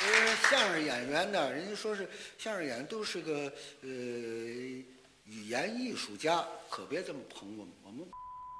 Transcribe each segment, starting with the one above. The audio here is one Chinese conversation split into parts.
相声演员呢，人家说是相声演员都是个语言艺术家，可别这么捧我们。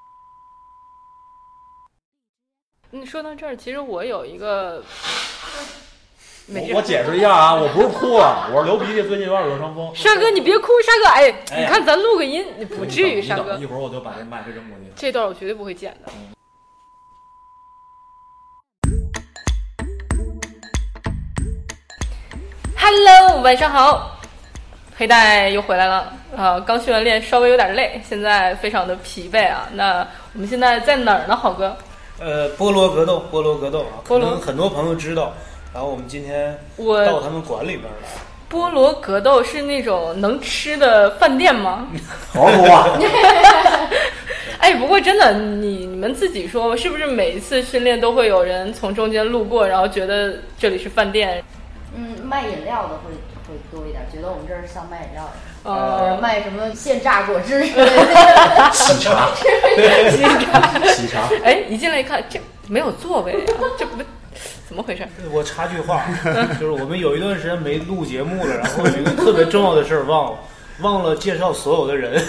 说到这儿，其实我有一个， 我解释一下啊，我不是哭啊，我是流鼻涕，最近有点热伤风。 沙哥，你别哭，沙哥，哎，你看咱录个音，你不至于，沙哥。 一会儿我就把这麦克扔过去。 这段我绝对不会剪的。Hello， 晚上好，黑带又回来了啊！刚训完练，稍微有点累，现在非常的疲惫啊。那我们现在在哪儿呢，好哥？ 菠萝格斗啊，可能很多朋友知道。然后我们今天到他们馆里边来。 菠萝格斗是那种能吃的饭店吗？ 好多啊！ 哎，不过真的，你们自己说，是不是每一次训练都会有人从中间路过，然后觉得这里是饭店？ 卖饮料的会多一点，觉得我们这儿像卖饮料的，卖什么现榨果汁之类的， 喜茶，喜茶。 哎，一进来一看，这没有座位啊，这不怎么回事？ 我插句话，就是我们有一段时间没录节目了，然后有一个特别重要的事儿忘了介绍所有的人。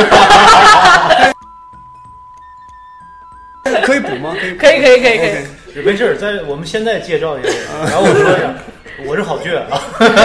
可以补吗？ 可以。 没事，我们现在介绍一下，然后我说一下。我是好倔啊，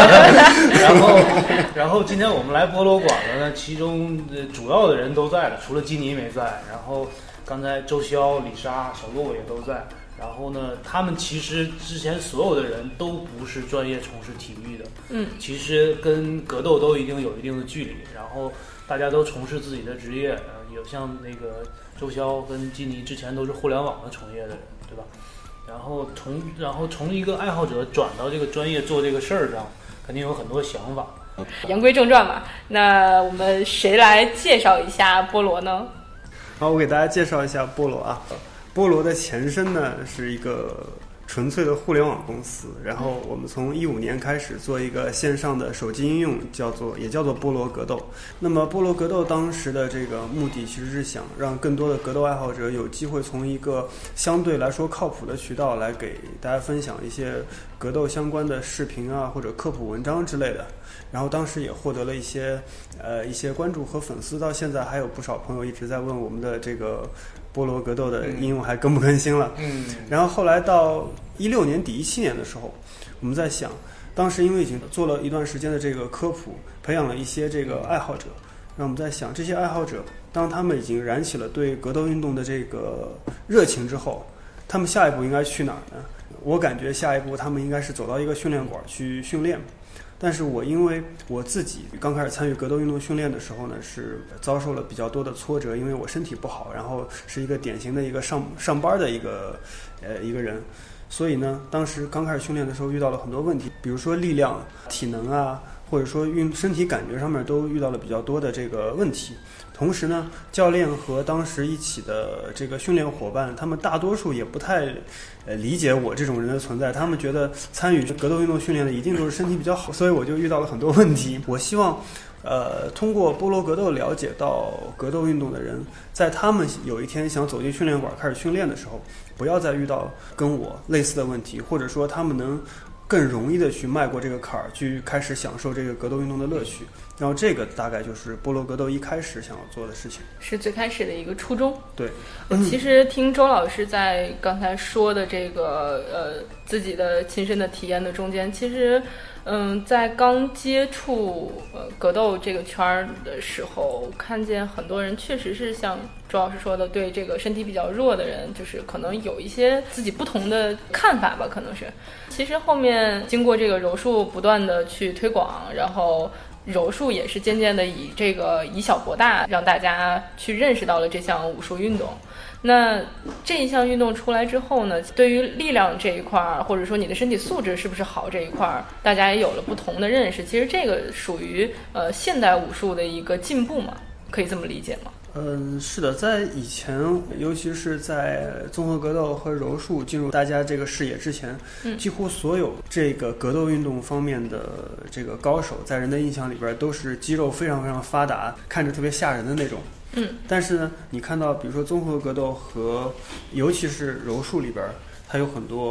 然后今天我们来菠萝馆子呢，其中主要的人都在了，除了基尼没在，然后刚才周潇、李莎、小鹿也都在，然后呢，他们其实之前所有的人都不是专业从事体育的，其实跟格斗都已经有一定的距离，然后大家都从事自己的职业，有像那个周潇跟基尼之前都是互联网的从业的人，对吧？然后从一个爱好者转到这个专业做这个事儿上，肯定有很多想法。 言归正传嘛，那我们谁来介绍一下菠萝呢？ 好，我给大家介绍一下菠萝啊。菠萝的前身呢是一个纯粹的互联网公司，然后我们从2015年开始做一个线上的手机应用，也叫做菠萝格斗。那么菠萝格斗当时的这个目的其实是想让更多的格斗爱好者有机会从一个相对来说靠谱的渠道来给大家分享一些格斗相关的视频啊或者科普文章之类的。然后当时也获得了一些关注和粉丝，到现在还有不少朋友一直在问我们的这个菠萝格斗的应用还更不更新了。然后后来到16年底17年的时候，我们在想，当时因为已经做了一段时间的这个科普，培养了一些这个爱好者，让我们在想，这些爱好者当他们已经燃起了对格斗运动的这个热情之后，他们下一步应该去哪儿呢？我感觉下一步他们应该是走到一个训练馆去训练。但是因为我自己刚开始参与格斗运动训练的时候呢，是遭受了比较多的挫折，因为我身体不好，然后是一个典型的一个上班的一个人，所以呢，当时刚开始训练的时候遇到了很多问题，比如说力量、体能啊，或者说身体感觉上面都遇到了比较多的这个问题。同时呢，教练和当时一起的这个训练伙伴，他们大多数也不太理解我这种人的存在，他们觉得参与格斗运动训练的一定都是身体比较好，所以我就遇到了很多问题。我希望通过菠萝格斗了解到格斗运动的人，在他们有一天想走进训练馆开始训练的时候，不要再遇到跟我类似的问题，或者说他们能更容易的去迈过这个坎儿，去开始享受这个格斗运动的乐趣。然后这个大概就是菠萝格斗一开始想要做的事情，是最开始的一个初衷。 对， 其实听周老师在刚才说的这个自己的亲身的体验的中间，其实在刚接触格斗这个圈的时候，看见很多人确实是像周老师说的，对这个身体比较弱的人，就是可能有一些自己不同的看法吧，可能是。其实后面经过这个柔术不断的去推广，然后柔术也是渐渐的以小博大，让大家去认识到了这项武术运动。那这一项运动出来之后呢，对于力量这一块儿，或者说你的身体素质是不是好这一块儿，大家也有了不同的认识。其实这个属于现代武术的一个进步嘛，可以这么理解吗？ 是的，在以前，尤其是在综合格斗和柔术进入大家这个视野之前，几乎所有这个格斗运动方面的这个高手，在人的印象里边都是肌肉非常非常发达，看着特别吓人的那种。但是呢，你看到比如说综合格斗和尤其是柔术里边，它有很多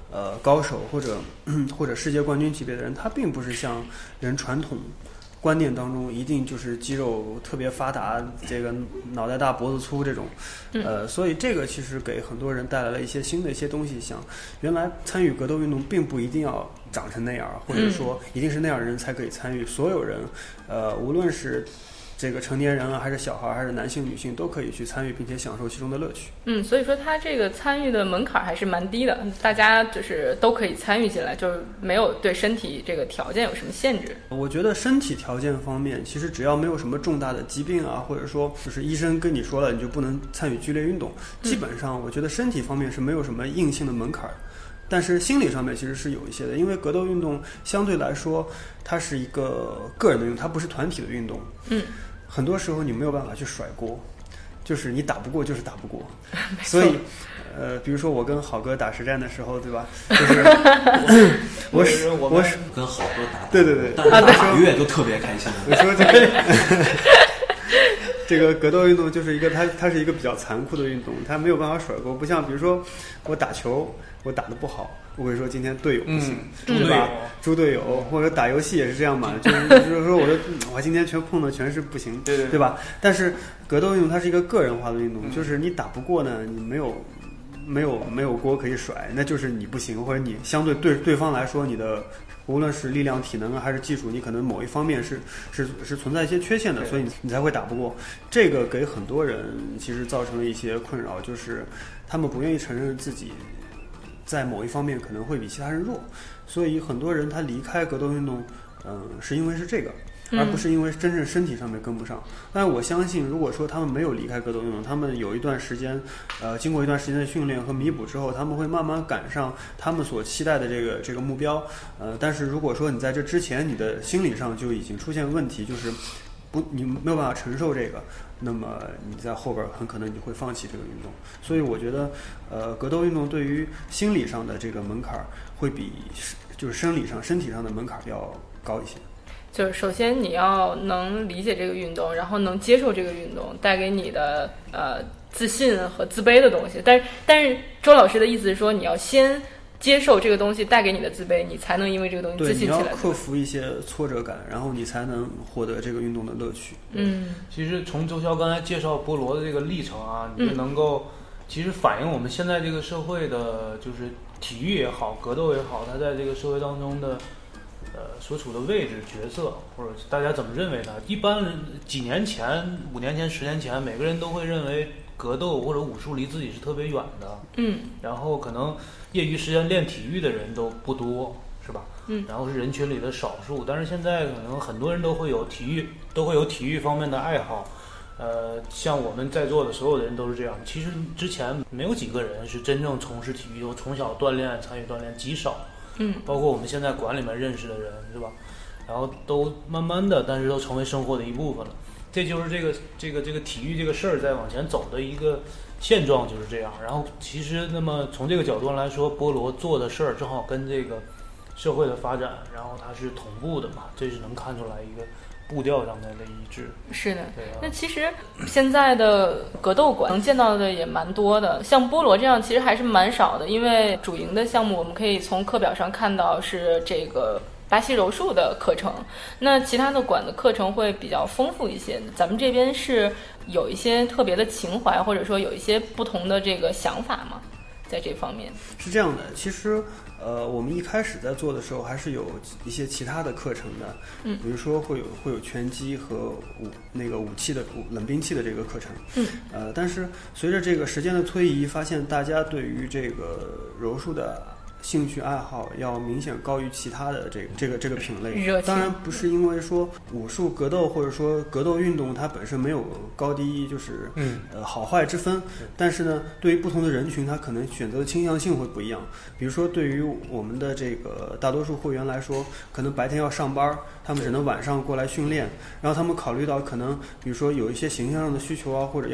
高手或者世界冠军级别的人，他并不是像人传统观念当中一定就是肌肉特别发达，这个脑袋大脖子粗这种，所以这个其实给很多人带来了一些新的一些东西，像原来参与格斗运动并不一定要长成那样，或者说一定是那样的人才可以参与，所有人，无论是这个成年人啊，还是小孩，还是男性、女性，都可以去参与，并且享受其中的乐趣。 所以说他这个参与的门槛还是蛮低的，大家就是都可以参与进来，就是没有对身体这个条件有什么限制。 我觉得身体条件方面，其实只要没有什么重大的疾病啊，或者说就是医生跟你说了你就不能参与剧烈运动，基本上我觉得身体方面是没有什么硬性的门槛。但是心理上面其实是有一些的，因为格斗运动相对来说它是一个个人的运动，它不是团体的运动。很多时候你没有办法去甩锅，就是你打不过就是打不过。所以比如说我跟好哥打实战的时候，对吧？就是我是跟好哥打， 对对对， 但是打越就特别开心。 我说这个这个格斗运动就是一个它是一个比较残酷的运动，它没有办法甩锅，不像比如说我打球我打得不好，我会说今天队友不行，对吧？猪队友，或者打游戏也是这样嘛，就是说我今天碰的全是不行，对吧？但是格斗运动它是一个个人化的运动，就是你打不过呢，你没有锅可以甩，那就是你不行，或者你相对对方来说你的无论是力量、体能啊，还是技术，你可能某一方面是存在一些缺陷的，所以你才会打不过。这个给很多人其实造成了一些困扰，就是他们不愿意承认自己在某一方面可能会比其他人弱，所以很多人他离开格斗运动，是因为是这个，而不是因为真正身体上面跟不上。但我相信，如果说他们没有离开格斗运动，他们有一段时间，经过一段时间的训练和弥补之后，他们会慢慢赶上他们所期待的这个目标。但是如果说你在这之前，你的心理上就已经出现问题，就是你没有办法承受这个，那么你在后边很可能你会放弃这个运动。所以我觉得，格斗运动对于心理上的这个门槛会比就是身体上的门槛要高一些。 就是首先你要能理解这个运动，然后能接受这个运动带给你的自信和自卑的东西。但是周老师的意思是说，你要先接受这个东西带给你的自卑，你才能因为这个东西自信起来。 对，你要克服一些挫折感，然后你才能获得这个运动的乐趣。 其实从周潇刚才介绍菠萝的这个历程啊，你就能够其实反映我们现在这个社会的，就是体育也好，格斗也好，它在这个社会当中的所处的位置、角色，或者大家怎么认为它。一般几年前、5年前、10年前，每个人都会认为格斗或者武术离自己是特别远的。然后可能业余时间练体育的人都不多，是吧？然后是人群里的少数。但是现在可能很多人都会有体育方面的爱好。像我们在座的所有的人都是这样。其实之前没有几个人是真正从事体育，有从小参与锻炼，极少。包括我们现在馆里面认识的人，是吧？然后都慢慢的，但是都成为生活的一部分了。这就是这个体育这个事儿在往前走的一个现状，就是这样。然后其实那么从这个角度上来说，菠萝做的事儿正好跟这个社会的发展，然后它是同步的嘛，这是能看出来一个步调上面的一致。 是的，那其实现在的格斗馆能见到的也蛮多的，像菠萝这样其实还是蛮少的，因为主营的项目我们可以从课表上看到是这个巴西柔术的课程，那其他的馆的课程会比较丰富一些。咱们这边是有一些特别的情怀，或者说有一些不同的这个想法吗？在这方面是这样的，其实我们一开始在做的时候还是有一些其他的课程的，比如说会有拳击和武器的冷兵器的这个课程，但是随着这个时间的推移，发现大家对于这个柔术的兴趣爱好要明显高于其他的这个品类。当然不是因为说武术格斗或者说格斗运动它本身没有高低就是好坏之分，但是呢对于不同的人群他可能选择的倾向性会不一样。比如说对于我们的这个大多数会员来说，可能白天要上班，他们只能晚上过来训练，然后他们考虑到可能比如说有一些形象上的需求啊，或者要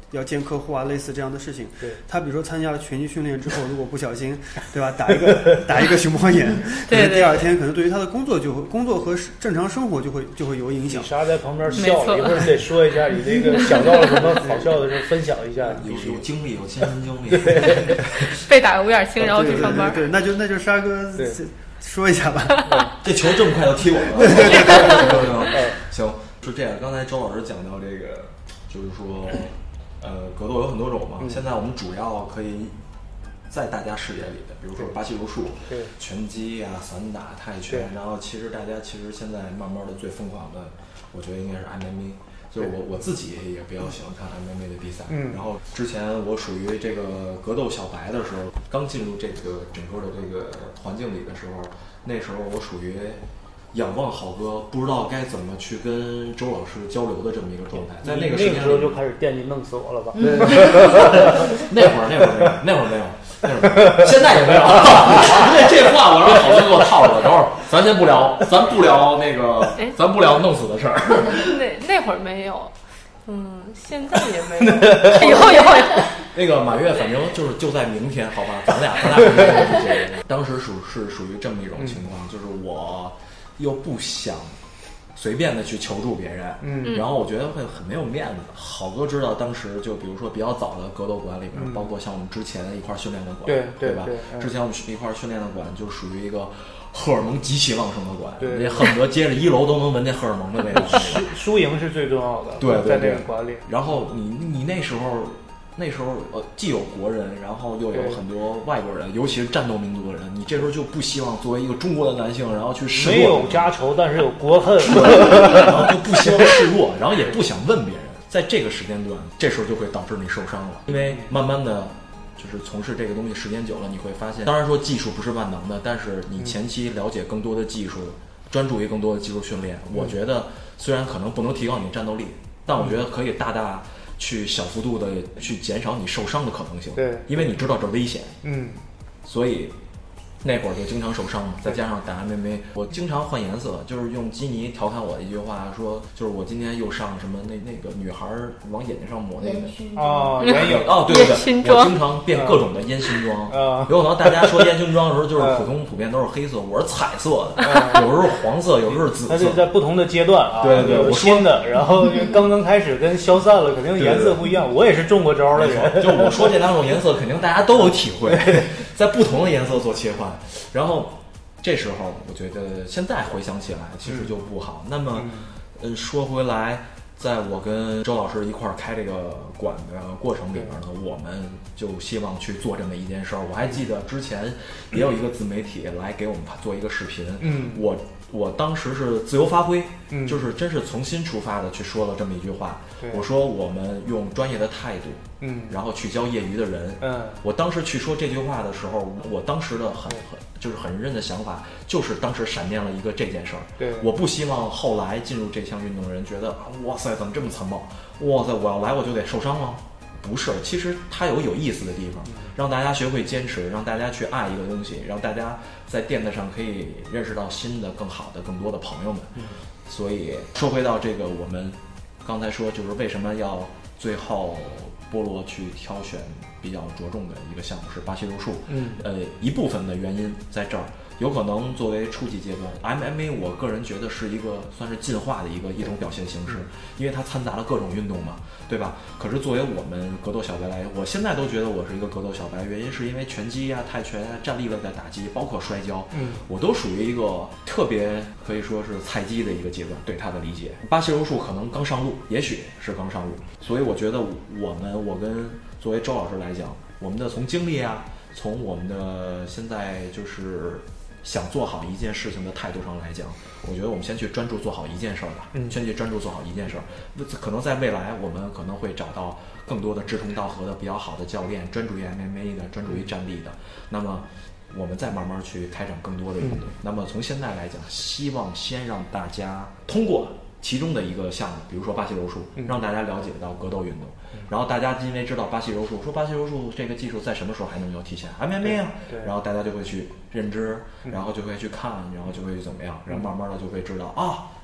要见客户啊，类似这样的事情。 对， 他比如说参加了拳击训练之后，如果不小心，对吧，打一个熊猫眼， 对， 第二天可能对于他的工作和正常生活就会有影响。 李莎在旁边笑了，一会儿你得说一下你那个想到了什么好笑的事，分享一下。 有经历，有亲身经历。 被打个五眼青，然后去上班。 对，那就沙哥说一下吧。 这球这么快就踢我了。行，是这样。刚才周老师讲到这个，就是说，格斗有很多种嘛。现在我们主要可以在大家视野里的，比如说巴西柔术、拳击啊、散打、泰拳，然后其实大家现在慢慢的最疯狂的，我觉得应该是 MMA。就是我自己也比较喜欢看 MMA 的比赛。然后之前我属于这个格斗小白的时候，刚进入这个整个的这个环境里的时候，那时候我属于仰望好哥，不知道该怎么去跟周老师交流的这么一个状态。在那个时候就开始惦记弄死我了吧？ 那会儿没有，现在也没有。这话我让好哥给我套了。等会儿咱不聊那个，咱不聊弄死的事儿。 那会儿没有，现在也没有。有。 那个马月，反正就在明天，好吧？咱俩不是当时属于这么一种情况，就是我又不想随便的去求助别人，然后我觉得会很没有面子。好哥知道，当时就比如说比较早的格斗馆里边，包括像我们之前一块训练的馆，对吧？之前我们一块训练的馆就属于一个荷尔蒙极其旺盛的馆，你恨不得接着1楼都能闻见荷尔蒙的味道。 输赢是最重要的， 对， 在这个馆里。 然后你那时候既有国人，然后又有很多外国人，尤其是战斗民族的人，你这时候就不希望作为一个中国的男性，然后去示弱。 没有家仇，但是有国恨， 然后就不希望示弱，然后也不想问别人。在这个时间段，这时候就会导致你受伤了，因为慢慢的。就是从事这个东西时间久了，你会发现，当然说技术不是万能的，但是你前期了解更多的技术，专注于更多的技术训练，我觉得虽然可能不能提高你战斗力，但我觉得可以大大去小幅度的去减少你受伤的可能性。 对， 因为你知道这危险，所以那会儿就经常受伤嘛，再加上打 MMA， 我经常换颜色，就是用基尼调侃我的一句话说，就是我今天又上什么那个女孩往眼睛上抹那个眼影对，我经常变各种的烟熏妆有可能大家说烟熏妆的时候就是普遍都是黑色，我是彩色的，有时候黄色，有时候紫色，它是在不同的阶段啊， 对，我新的，然后刚刚开始跟消散了，肯定颜色不一样。我也是中过招的人， 就我说这两种颜色，肯定大家都有体会，在不同的颜色做切换。然后这时候我觉得现在回想起来其实就不好。那么说回来，在我跟周老师一块儿开这个馆的过程里边呢，我们就希望去做这么一件事儿。我还记得之前也有一个自媒体来给我们做一个视频，我当时是自由发挥，就是真是从心出发的去说了这么一句话。我说我们用专业的态度，然后去教业余的人。我当时去说这句话的时候，我当时的很认的想法，就是当时闪电了一个这件事儿。我不希望后来进入这项运动的人觉得，哇塞，怎么这么残暴？哇塞，我要来我就得受伤吗？不是，其实它有意思的地方，让大家学会坚持，让大家去爱一个东西，让大家在垫子上可以认识到新的、更好的、更多的朋友们。所以说回到这个，我们刚才说就是为什么要最后菠萝去挑选比较着重的一个项目是巴西柔术。一部分的原因在这儿。有可能作为初级阶段 MMA 我个人觉得是一个算是进化的一种表现形式，因为它掺杂了各种运动嘛，对吧？可是作为我们格斗小白来，我现在都觉得我是一个格斗小白，原因是因为拳击啊、泰拳啊、站立类的打击，包括摔跤，我都属于一个特别可以说是菜鸡的一个阶段，对它的理解。巴西柔术可能刚上路，也许是刚上路，所以我觉得我跟作为周老师来讲，我们的从经历啊，从我们的现在就是想做好一件事情的态度上来讲，我觉得我们先去专注做好一件事儿吧，先去专注做好一件事儿。可能在未来，我们可能会找到更多的志同道合的、比较好的教练，专注于 MMA 的，专注于站立的。那么，我们再慢慢去开展更多的运动。那么从现在来讲，希望先让大家通过其中的一个项目，比如说巴西柔术，让大家了解到格斗运动。然后大家因为知道巴西柔术，说巴西柔术这个技术在什么时候还能有体现 MMA 啊，然后大家就会去认知，然后就会去看，然后就会怎么样，然后慢慢的就会知道啊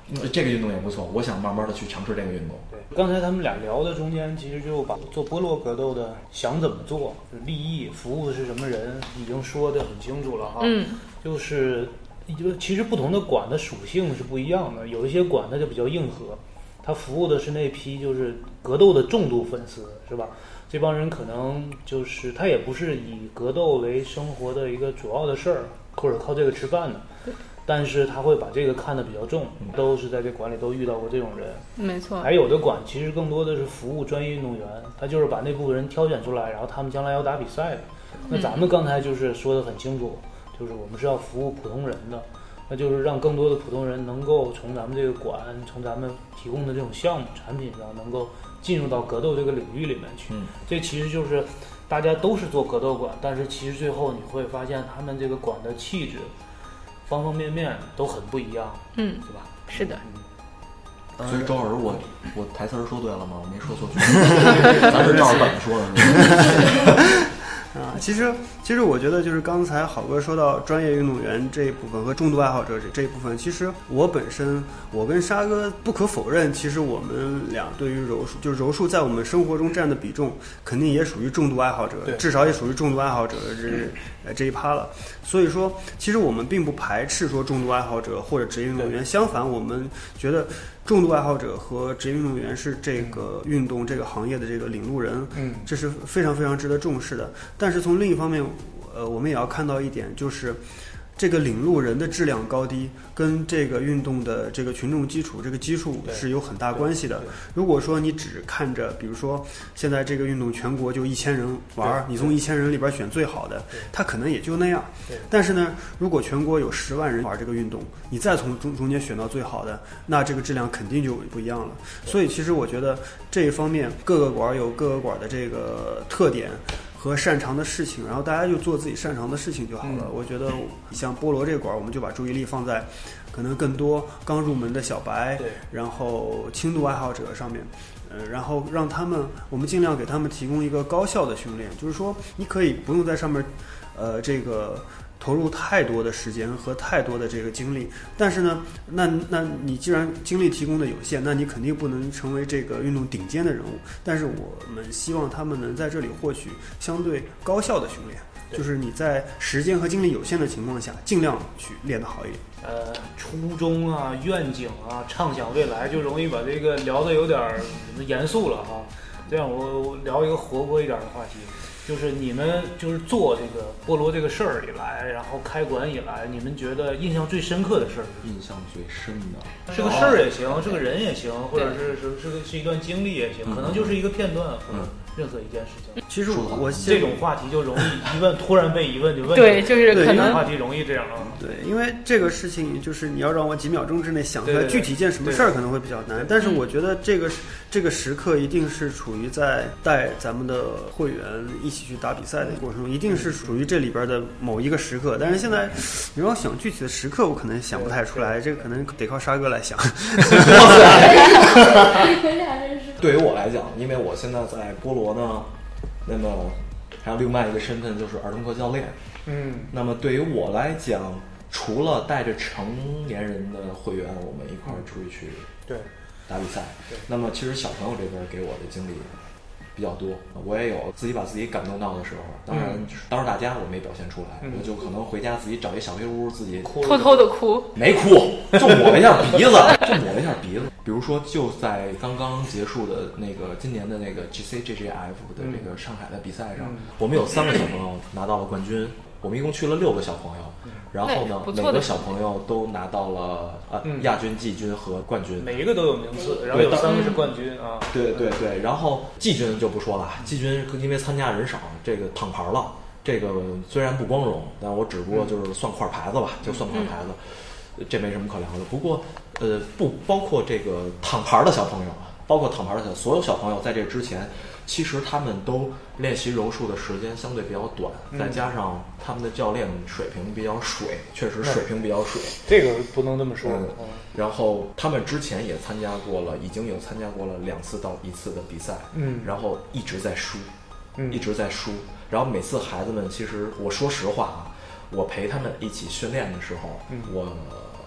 这个运动也不错，我想慢慢的去尝试这个运动。 对，刚才他们俩聊的中间，其实就把做波罗格斗的想怎么做，利益服务的是什么人，已经说得很清楚了哈。就是其实不同的馆的属性是不一样的，有一些馆它就比较硬核，它服务的是那批就是格斗的重度粉丝，是吧？这帮人可能就是他也不是以格斗为生活的一个主要的事儿，或者靠这个吃饭的，但是他会把这个看得比较重，都是在这馆里都遇到过这种人。 没错。 还有的馆其实更多的是服务专业运动员，他就是把那部分人挑选出来，然后他们将来要打比赛的。那咱们刚才就是说得很清楚，就是我们是要服务普通人的，那就是让更多的普通人能够从咱们这个馆，从咱们提供的这种项目产品上，能够进入到格斗这个领域里面去。这其实就是大家都是做格斗馆，但是其实最后你会发现他们这个馆的气质方方面面都很不一样，对吧？ 是的。 所以周老师，我台词说对了吗？我没说错句，咱是照着本子说的是吧？ 其实我觉得就是刚才郝哥说到专业运动员这一部分和重度爱好者这一部分，其实我跟沙哥不可否认，其实我们俩对于柔术在我们生活中占的比重，肯定也属于重度爱好者，至少也属于重度爱好者这一趴了。所以说，其实我们并不排斥说重度爱好者或者职业运动员，相反，我们觉得重度爱好者和职业运动员是这个运动这个行业的这个领路人，这是非常非常值得重视的。但是从另一方面，我们也要看到一点，就是这个领路人的质量高低跟这个运动的这个群众基础这个基数是有很大关系的。如果说你只看着，比如说现在这个运动全国就1000人玩，你从1000人里边选最好的，他可能也就那样。但是呢，如果全国有10万人玩这个运动，你再从中间选到最好的，那这个质量肯定就不一样了。所以其实我觉得这一方面各个馆有各个馆的这个特点和擅长的事情，然后大家就做自己擅长的事情就好了。我觉得像菠萝这个馆，我们就把注意力放在可能更多刚入门的小白，然后轻度爱好者上面，然后让他们，我们尽量给他们提供一个高效的训练，就是说你可以不用在上面，这个投入太多的时间和太多的这个精力，但是呢，那你既然精力提供的有限，那你肯定不能成为这个运动顶尖的人物。但是我们希望他们能在这里获取相对高效的训练，就是你在时间和精力有限的情况下，尽量去练得好一点。 初衷啊、愿景啊、畅想未来，就容易把这个聊得有点严肃了哈。这样我聊一个活泼一点的话题。就是你们就是做这个菠萝这个事儿以来，然后开馆以来，你们觉得印象最深刻的事儿？ 印象最深的是个事儿也行，是个人也行，或者是一段经历也行，可能就是一个片段，或者任何一件事情。 其实我这种话题就容易一问，突然被一问就问。 对，就是可能话题容易这样啊。 对，因为这个事情就是你要让我几秒钟之内想出来具体一件什么事儿，可能会比较难。但是我觉得这个时刻一定是处于在带咱们的会员一起去打比赛的过程中，一定是属于这里边的某一个时刻。但是现在你让我想具体的时刻，我可能想不太出来，这个可能得靠沙哥来想。 对于我来讲，因为我现在在菠萝呢，那么还有另外一个身份就是儿童课教练。那么对于我来讲，除了带着成年人的会员，我们一块儿出去打比赛，那么其实小朋友这边给我的经历比较多，我也有自己把自己感动到的时候。当然当着大家我没表现出来，我就可能回家自己找一小黑屋，自己偷偷的哭， 没哭，就抹了一下鼻子，比如说就在刚刚结束的那个今年的那个 GCGGF 的这个上海的比赛上，我们有3个小朋友拿到了冠军。我们一共去了6个小朋友，然后呢，每个小朋友都拿到了亚军、季军和冠军， 每一个都有名次，然后有3个是冠军啊。 对，然后季军就不说了，季军因为参加人少，这个躺牌了。这个虽然不光荣，但我只不过就是算块牌子吧，就算块牌子，这没什么可聊的。不过不包括这个躺牌的小朋友，包括躺牌的所有小朋友，在这之前。其实他们都练习柔术的时间相对比较短，再加上他们的教练水平比较水，确实水平比较水， 这个不能这么说。 然后他们之前也已经有参加过了2次到1次的比赛，然后一直在输，然后每次孩子们，其实我说实话啊，我陪他们一起训练的时候，我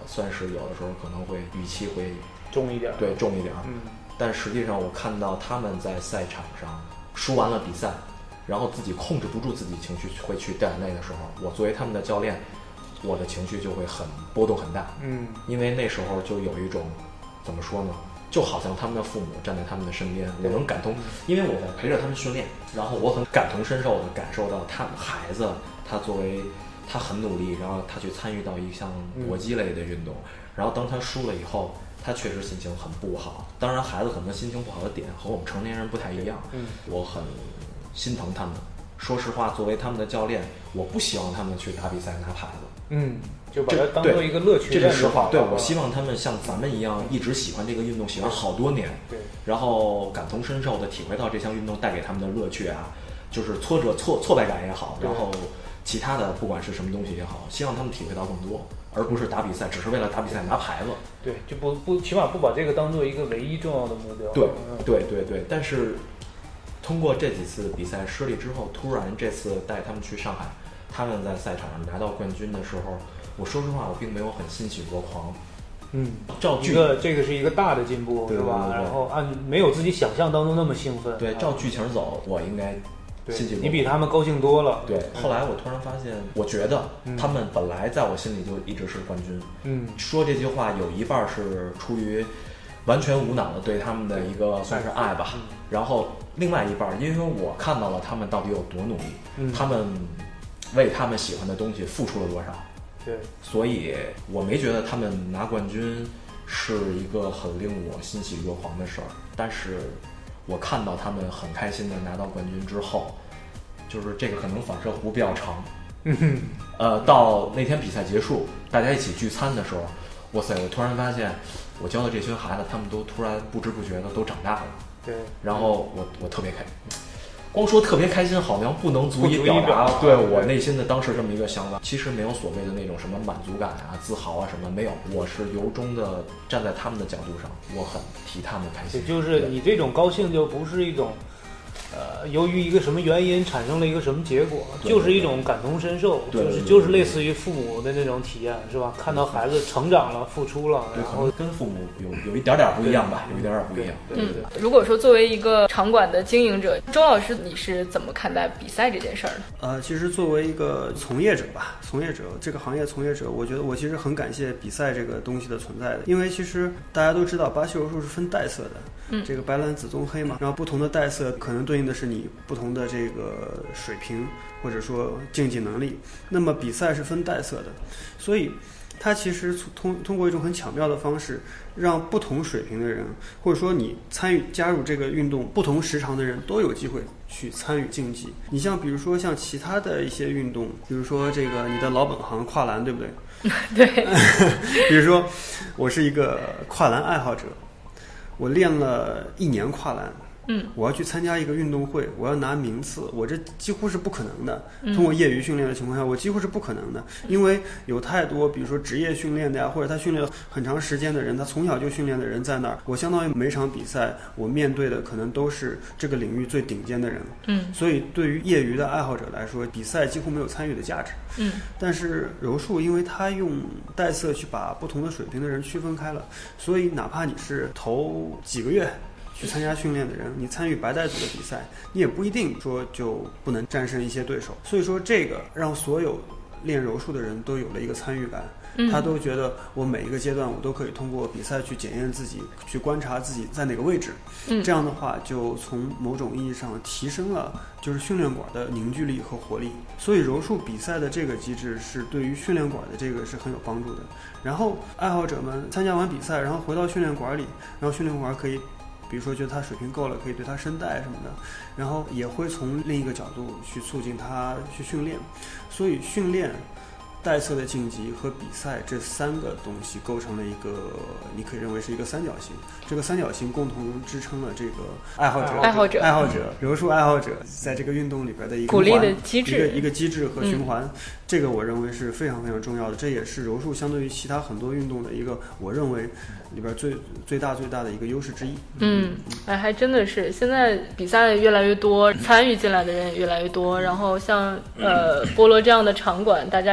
算是有的时候可能会语气会重一点， 对，重一点。但实际上我看到他们在赛场上输完了比赛，然后自己控制不住自己情绪会去掉眼泪的时候，我作为他们的教练，我的情绪就会很波动很大。因为那时候就有一种怎么说呢，就好像他们的父母站在他们的身边，我能感同，因为我在陪着他们训练，然后我很感同身受的感受到他们孩子，他作为他很努力，然后他去参与到一项搏击类的运动，然后当他输了以后，他确实心情很不好。当然孩子可能心情不好的点和我们成年人不太一样，我很心疼他们。说实话，作为他们的教练，我不希望他们去打比赛拿牌子， 就把它当做一个乐趣。 这是实话。对，我希望他们像咱们一样，一直喜欢这个运动，喜欢好多年。 对， 然后感同身受的体会到这项运动带给他们的乐趣啊，就是挫折、挫败感也好，然后其他的不管是什么东西也好，希望他们体会到更多，而不是打比赛只是为了打比赛拿牌子。 对，就不起码不把这个当做一个唯一重要的目标。 对。但是通过这几次比赛失利之后，突然这次带他们去上海，他们在赛场上拿到冠军的时候，我说实话，我并没有很欣喜若狂。照剧这个是一个大的进步，是吧？然后没有自己想象当中那么兴奋。 对，照剧情走，我应该欣喜若狂。 你比他们高兴多了。 对，后来我突然发现，我觉得他们本来在我心里就一直是冠军。说这句话有一半是出于完全无脑的对他们的一个算是爱吧，然后另外一半因为我看到了他们到底有多努力，他们为他们喜欢的东西付出了多少。 对， 所以我没觉得他们拿冠军是一个很令我欣喜若狂的事儿，但是我看到他们很开心的拿到冠军之后，就是这个可能反射弧比较长。到那天比赛结束，大家一起聚餐的时候，哇塞，我突然发现我教的这群孩子，他们都突然不知不觉的都长大了。 对， 然后我特别开心。光说特别开心好像不能足以表达对我内心的当时这么一个想法。其实没有所谓的那种什么满足感啊、自豪啊什么，没有。我是由衷的站在他们的角度上，我很替他们开心。 就是你这种高兴就不是一种由于一个什么原因产生了一个什么结果，就是一种感同身受，就是类似于父母的那种体验，是吧？看到孩子成长了、付出了，然后跟父母有一点点不一样吧，有一点点不一样。 对。 如果说作为一个场馆的经营者，周老师你是怎么看待比赛这件事儿的？ 其实作为一个从业者这个行业从业者，我觉得我其实很感谢比赛这个东西的存在的，因为其实大家都知道巴西柔术是分带色的，这个白蓝紫棕黑嘛，然后不同的带色可能对应的是你不同的这个水平或者说竞技能力，那么比赛是分带色的，所以它其实通过一种很巧妙的方式，让不同水平的人，或者说你加入这个运动不同时长的人都有机会去参与竞技。你像比如说像其他的一些运动，比如说这个你的老本行跨栏，对不对？ 对。 比如说我是一个跨栏爱好者，我练了1年跨栏。我要去参加一个运动会，我要拿名次，我这几乎是不可能的。通过业余训练的情况下，我几乎是不可能的，因为有太多，比如说职业训练的呀，或者他训练了很长时间的人，他从小就训练的人在那儿，我相当于每场比赛，我面对的可能都是这个领域最顶尖的人。所以对于业余的爱好者来说，比赛几乎没有参与的价值。但是柔术，因为它用带色去把不同的水平的人区分开了，所以哪怕你是头几个月去参加训练的人，你参与白带组的比赛，你也不一定说就不能战胜一些对手。所以说这个让所有练柔术的人都有了一个参与感，他都觉得我每一个阶段我都可以通过比赛去检验自己，去观察自己在哪个位置。这样的话就从某种意义上提升了就是训练馆的凝聚力和活力。所以柔术比赛的这个机制是对于训练馆的这个是很有帮助的。然后爱好者们参加完比赛，然后回到训练馆里，然后训练馆可以比如说觉得他水平够了，可以对他升带什么的，然后也会从另一个角度去促进他去训练。所以训练、带色的竞技和比赛这3个东西构成了一个，你可以认为是一个三角形。这个三角形共同支撑了这个爱好者柔术爱好者在这个运动里边的一个鼓励的机制， 一个机制和循环。这个我认为是非常非常重要的，这也是柔术相对于其他很多运动的一个，我认为里边最大的一个优势之一。 还真的是，现在比赛越来越多，参与进来的人也越来越多，然后像菠萝这样的场馆，大家也都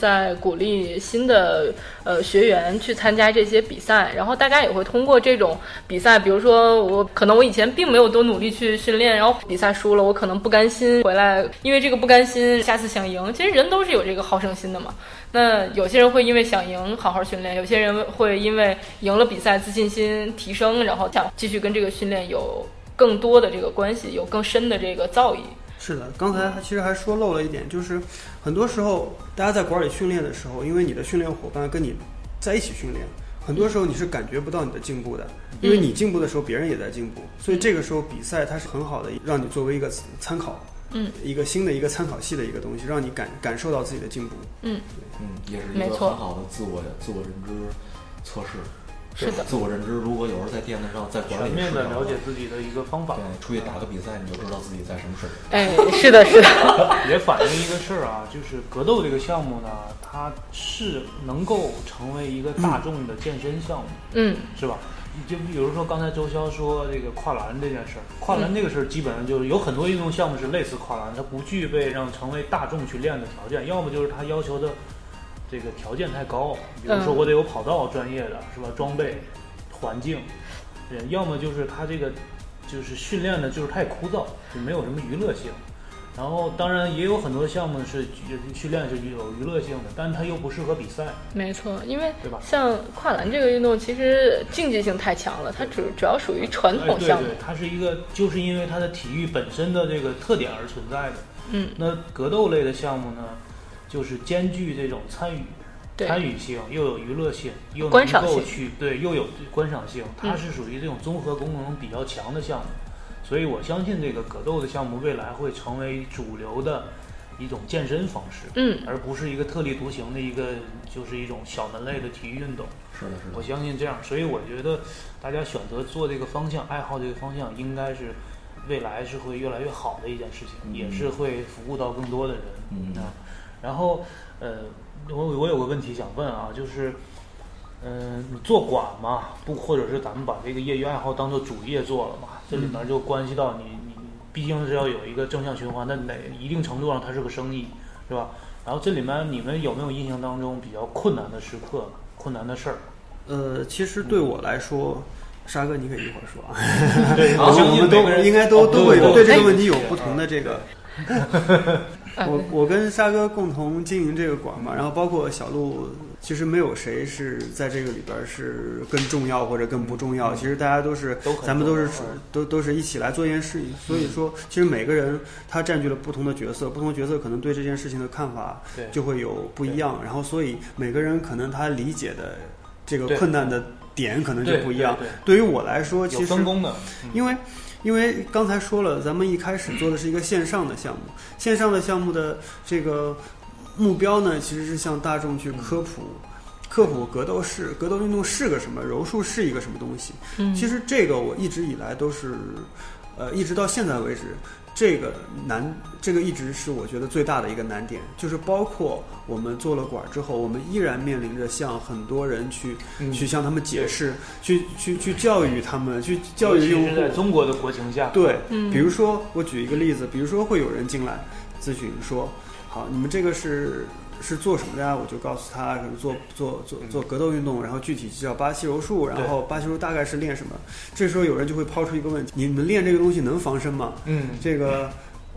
在鼓励新的学员去参加这些比赛，然后大家也会通过这种比赛，比如说我以前并没有多努力去训练，然后比赛输了，我可能不甘心回来，因为这个不甘心，下次想赢。其实人都是有这个好胜心的嘛。那有些人会因为想赢好好训练，有些人会因为赢了比赛自信心提升，然后想继续跟这个训练有更多的这个关系，有更深的这个造诣。 是的，刚才其实还说漏了一点，就是很多时候大家在馆里训练的时候，因为你的训练伙伴跟你在一起训练，很多时候你是感觉不到你的进步的，因为你进步的时候别人也在进步，所以这个时候比赛它是很好的让你作为一个参考，一个新的一个参考系的一个东西，让你感受到自己的进步。 也是一个很好的自我认知测试。 是的， 自我认知，如果有时候在垫子上，在馆里全面的了解自己的一个方法。 对，出去打个比赛，你就知道自己在什么水平。 哎，是的，是的。 也反映一个事儿啊，就是格斗这个项目呢，它是能够成为一个大众的健身项目，是吧？就比如说刚才周潇说这个跨栏这件事儿，跨栏这个事儿基本上就是有很多运动项目是类似跨栏，它不具备让成为大众去练的条件，要么就是它要求的这个条件太高，比如说我得有跑道专业的，是吧？装备、环境，要么就是它这个就是训练的就是太枯燥，就没有什么娱乐性。然后当然也有很多项目是训练是有娱乐性的，但它又不适合比赛。 没错，因为对吧？ 像跨栏这个运动，其实竞技性太强了，它主要属于传统项目。 对，它是一个就是因为它的体育本身的这个特点而存在的。那格斗类的项目呢，就是兼具这种参与性，又有娱乐性，又能够又有观赏性，它是属于这种综合功能比较强的项目。所以我相信这个格斗的项目未来会成为主流的一种健身方式，而不是一个特立独行的就是一种小门类的体育运动。 是的， 我相信这样，所以我觉得大家选择做这个方向，爱好这个方向，应该是未来是会越来越好的一件事情，也是会服务到更多的人。然后我有个问题想问啊，就是你做馆嘛，或者是咱们把这个业余爱好当做主业做了嘛，这里面就关系到你毕竟是要有一个正向循环，那一定程度上它是个生意，是吧？然后这里面你们有没有印象当中比较困难的时刻、困难的事儿？ 其实对我来说，沙哥你可以一会儿说啊。 对， 我们都应该都会对这个问题有不同的这个。我跟沙哥共同经营这个馆嘛，然后包括小鹿，其实没有谁是在这个里边是更重要或者更不重要，其实大家咱们都是一起来做一件事情，所以说其实每个人他占据了不同的角色，不同的角色可能对这件事情的看法就会有不一样，然后所以每个人可能他理解的这个困难的点可能就不一样。对于我来说，其实有分工的， 因为刚才说了，咱们一开始做的是一个线上的项目，线上的项目的这个目标呢，其实是向大众去科普格斗运动是个什么，柔术是一个什么东西。其实这个我一直以来都是，一直到现在为止，这个一直是我觉得最大的一个难点，就是包括我们做了馆之后，我们依然面临着向很多人去向他们解释，去教育他们，去教育用户。 在中国的国情下， 对，比如说我举一个例子，比如说会有人进来咨询说，好，你们这个是做什么的呀？我就告诉他，可能做格斗运动，然后具体叫巴西柔术，然后巴西柔术大概是练什么？这时候有人就会抛出一个问题：你们练这个东西能防身吗？这个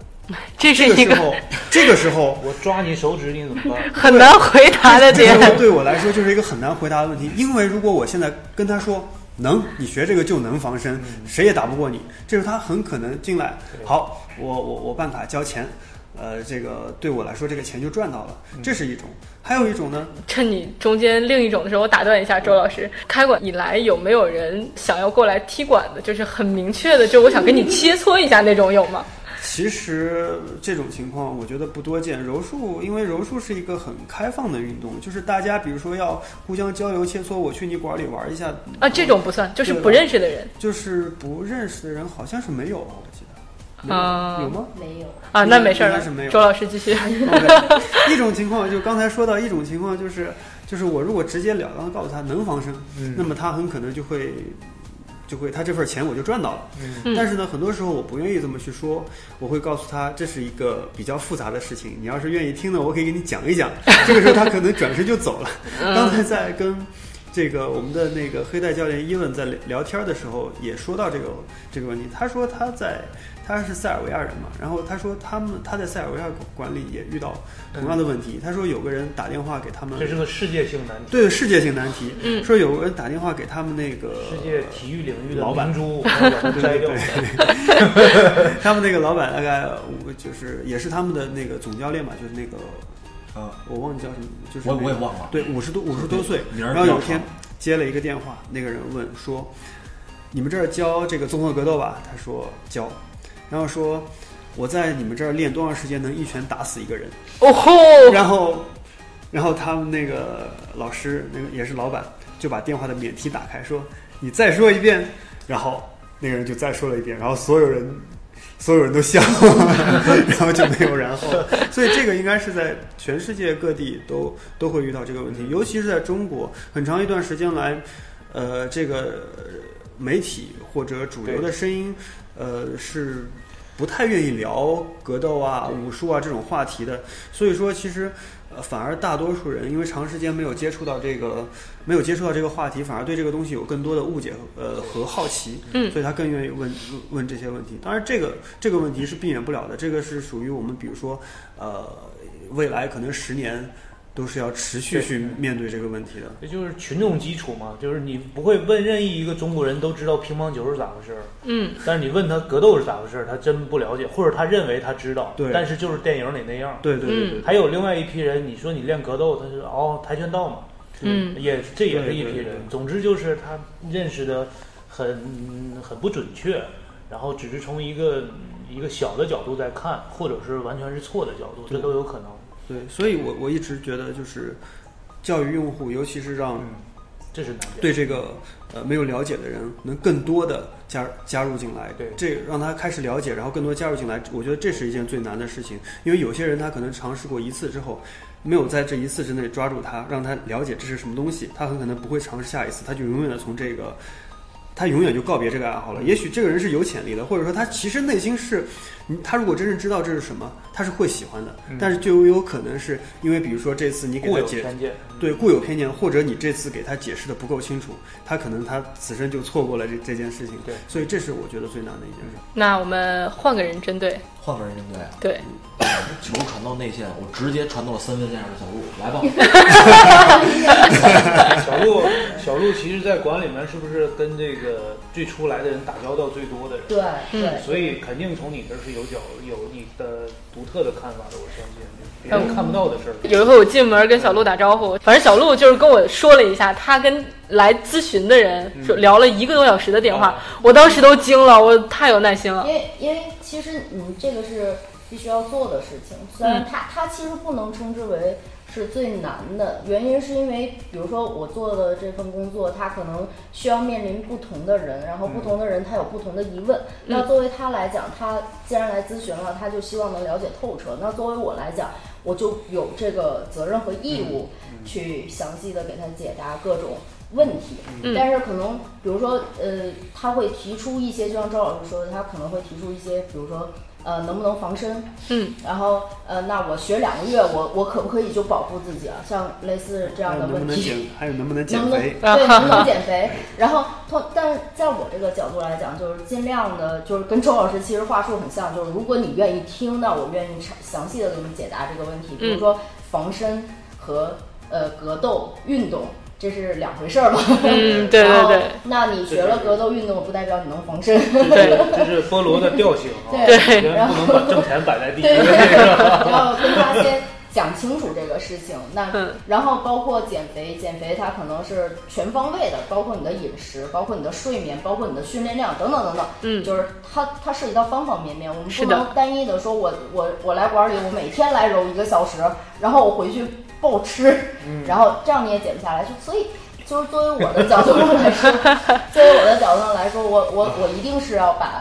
时候我抓你手指，你怎么办？ 很难回答的点。 对我来说就是一个很难回答的问题，因为如果我现在跟他说你学这个就能防身，谁也打不过你，这时候他很可能进来，好，我办卡交钱。这个对我来说，这个钱就赚到了，这是一种。还有一种呢， 趁你中间另一种的时候，我打断一下周老师，开馆以来有没有人想要过来踢馆的，就是很明确的，就我想跟你切磋一下那种，有吗？ 其实这种情况我觉得不多见。因为柔术是一个很开放的运动，就是大家比如说要互相交流切磋，我去你馆里玩一下啊，这种不算，就是不认识的人， 就是不认识的人好像是没有，我记得。有吗？ 没有啊，那没事了。周老师继续。 一种情况就刚才说到，一种情况就是我如果直截了当告诉他能防身，那么他很可能就会他这份钱我就赚到了。但是呢，很多时候我不愿意这么去说，我会告诉他这是一个比较复杂的事情，你要是愿意听呢，我可以给你讲一讲。这个时候他可能转身就走了。刚才在跟这个我们的那个黑带教练伊文在聊天的时候也说到这个问题，他说他是塞尔维亚人嘛，然后他说他在塞尔维亚管理也遇到同样的问题。他说有个人打电话给他们， 这是个世界性难题。 对，世界性难题。说有个人打电话给他们那个世界体育领域的老板， 摘掉。 他们那个老板大概就是也是他们的那个总教练嘛，就是那个我忘记叫什么，就是、 我也忘了。 对，50多岁。然后有一天接了一个电话，那个人问说：“你们这儿教这个综合格斗吧？”他说教。然后说我在你们这儿练多长时间能一拳打死一个人？ 哦吼！ 然后他们那个老师，那个也是老板，就把电话的免提打开，说你再说一遍。然后那个人就再说了一遍，然后所有人都笑，然后就没有然后。所以这个应该是在全世界各地都会遇到这个问题，尤其是在中国，很长一段时间来，这个媒体或者主流的声音。是不太愿意聊格斗啊、武术啊这种话题的，所以说其实反而大多数人因为长时间没有接触到这个话题，反而对这个东西有更多的误解和好奇，所以他更愿意问这些问题。当然这个问题是避免不了的，这个是属于我们比如说未来可能10年。都是要持续去面对这个问题的， 这就是群众基础嘛。就是你不会问任意一个中国人都知道乒乓球是咋回事，但是你问他格斗是咋回事，他真不了解，或者他认为他知道，但是就是电影里那样。 对。 还有另外一批人，你说你练格斗，他是跆拳道嘛，这也是一批人。总之就是他认识的很不准确，然后只是从一个小的角度在看，或者是完全是错的角度，这都有可能。 对，所以我一直觉得就是教育用户，尤其是让这是难点， 对这个没有了解的人能更多的加入进来， 对， 这让他开始了解，然后更多加入进来，我觉得这是一件最难的事情。因为有些人他可能尝试过一次之后，没有在这一次之内抓住他，让他了解这是什么东西，他很可能不会尝试下一次，他就永远的从这个。他永远就告别这个爱好了。也许这个人是有潜力的，或者说他其实内心是，他如果真正知道这是什么，他是会喜欢的。但是就有可能是因为，比如说这次你给他固有偏见，或者你这次给他解释的不够清楚，他可能他此生就错过了这件事情。 对， 所以这是我觉得最难的一件事。 那我们换个人针对。 换个人针对啊。 对。 球传到内线，我直接传到了3分线上的小鹿，来吧。 小鹿其实在馆里面是不是跟这个最初来的人打交道最多的人？ 对， 所以肯定从你这是有你的独特的看法的，我相信别人看不到的事儿。 有一回我进门跟小鹿打招呼，反正小鹿就是跟我说了一下，他跟来咨询的人说聊了1个多小时的电话，我当时都惊了，我太有耐心了。 因为其实这个是必须要做的事情，虽然它其实不能称之为是最难的，原因是因为比如说我做的这份工作，他可能需要面临不同的人，然后不同的人他有不同的疑问，那作为他来讲，他既然来咨询了，他就希望能了解透彻，那作为我来讲，我就有这个责任和义务去详细的给他解答各种问题。但是可能比如说他会提出一些，就像赵老师说的，他可能会提出一些，比如说能不能防身？然后那我学2个月，我可不可以就保护自己啊？像类似这样的问题， 还有能不能减肥？ 对，能不能减肥？然后但是在我这个角度来讲，就是尽量的，就是跟周老师其实话术很像，就是如果你愿意听，那我愿意详细的给你解答这个问题。比如说防身和格斗运动。这是2回事儿吧？ 对。 那你学了格斗运动，不代表你能防身。 对， 这是菠萝的调性啊。 对， 然后不能把挣钱摆在第一位。 要跟他先讲清楚这个事情。那然后包括减肥它可能是全方位的，包括你的饮食，包括你的睡眠，包括你的训练量等等等等。就是它涉及到方方面面，我们不能单一的说我来馆里，我每天来揉1个小时，然后我回去暴吃，然后这样你也减不下来。所以就是作为我的角度上来说，我一定是要把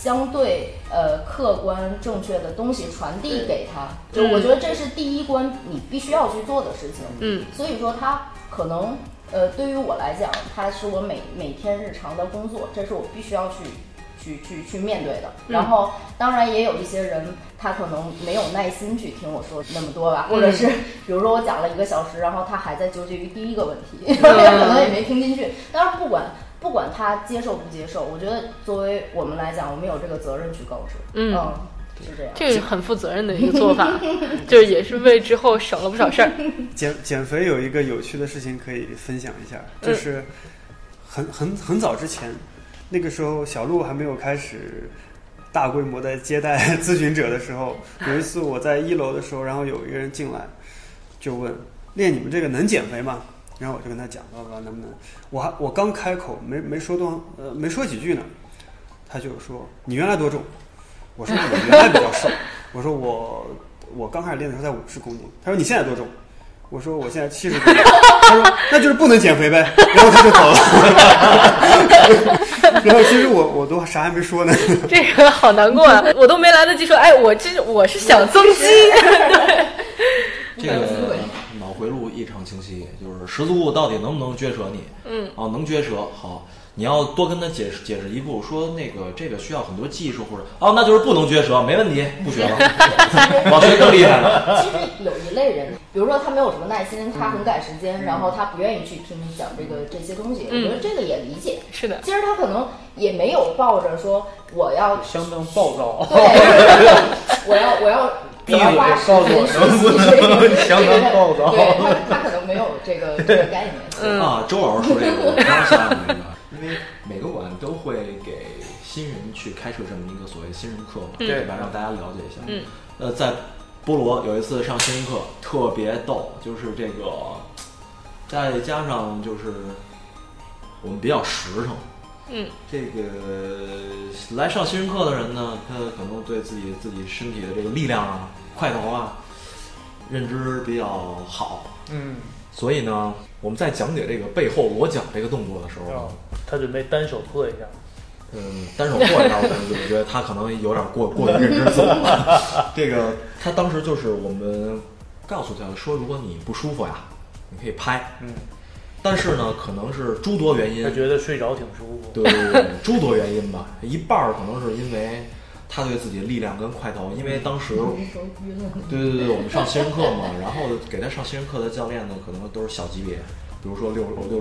相对客观正确的东西传递给他。就我觉得这是第一关你必须要去做的事情。所以说他可能对于我来讲，它是我每天日常的工作，这是我必须要去面对的。然后当然也有一些人他可能没有耐心去听我说那么多吧，或者是比如说我讲了1个小时，然后他还在纠结于第一个问题，可能也没听进去。当然不管他接受不接受，我觉得作为我们来讲，我们有这个责任去告知。是这样， 这个是很负责任的一个做法，就是也是为之后省了不少事儿。 减肥有一个有趣的事情可以分享一下，就是很早之前，那个时候小鹿还没有开始大规模的接待咨询者的时候，有一次我在1楼的时候，然后有一个人进来就问练你们这个能减肥吗？然后我就跟他讲到能不能，我刚开口没说几句呢，他就说你原来多重？我说我原来比较瘦，我说我刚开始练的时候才50公斤。他说你现在多重？我说我现在70公斤。他说那就是不能减肥呗。然后他就走了。然后其实我都啥还没说呢。 这个好难过啊，我都没来得及说，哎，我是想增肌。对， 这个脑回路异常清晰，就是十字路到底能不能撅扯你？能撅扯好。你要多跟他解释一步，说那个这个需要很多技术，或者那就是不能撅舌，没问题，不学了，往学更厉害了。 其实有一类人，比如说他没有什么耐心，他很赶时间，然后他不愿意去听你讲这些东西，我觉得这个也理解。 是的， 其实他可能也没有抱着说我要相当暴躁， 对，我要闭嘴告诉我相当暴躁， 对他可能没有这个概念。 周老师说这个，我刚想那个。因为每个馆都会给新人去开设这么一个所谓新人课嘛，对吧？让大家了解一下。在菠萝有一次上新人课特别逗，就是这个，再加上就是我们比较实诚。这个来上新人课的人呢，他可能对自己身体的这个力量啊、块头啊认知比较好。所以呢，我们在讲解这个背后裸脚这个动作的时候， 他准备单手破一下。 单手破一下，我觉得他可能有点过于认知自我了。这个他当时就是我们告诉他说，如果你不舒服呀，你可以拍。但是呢，可能是诸多原因， 他觉得睡着挺舒服。 对，诸多原因吧，一半可能是因为他对自己的力量跟块头，因为当时对，我们上新人课嘛，然后给他上新人课的教练呢，可能都是小级别，比如说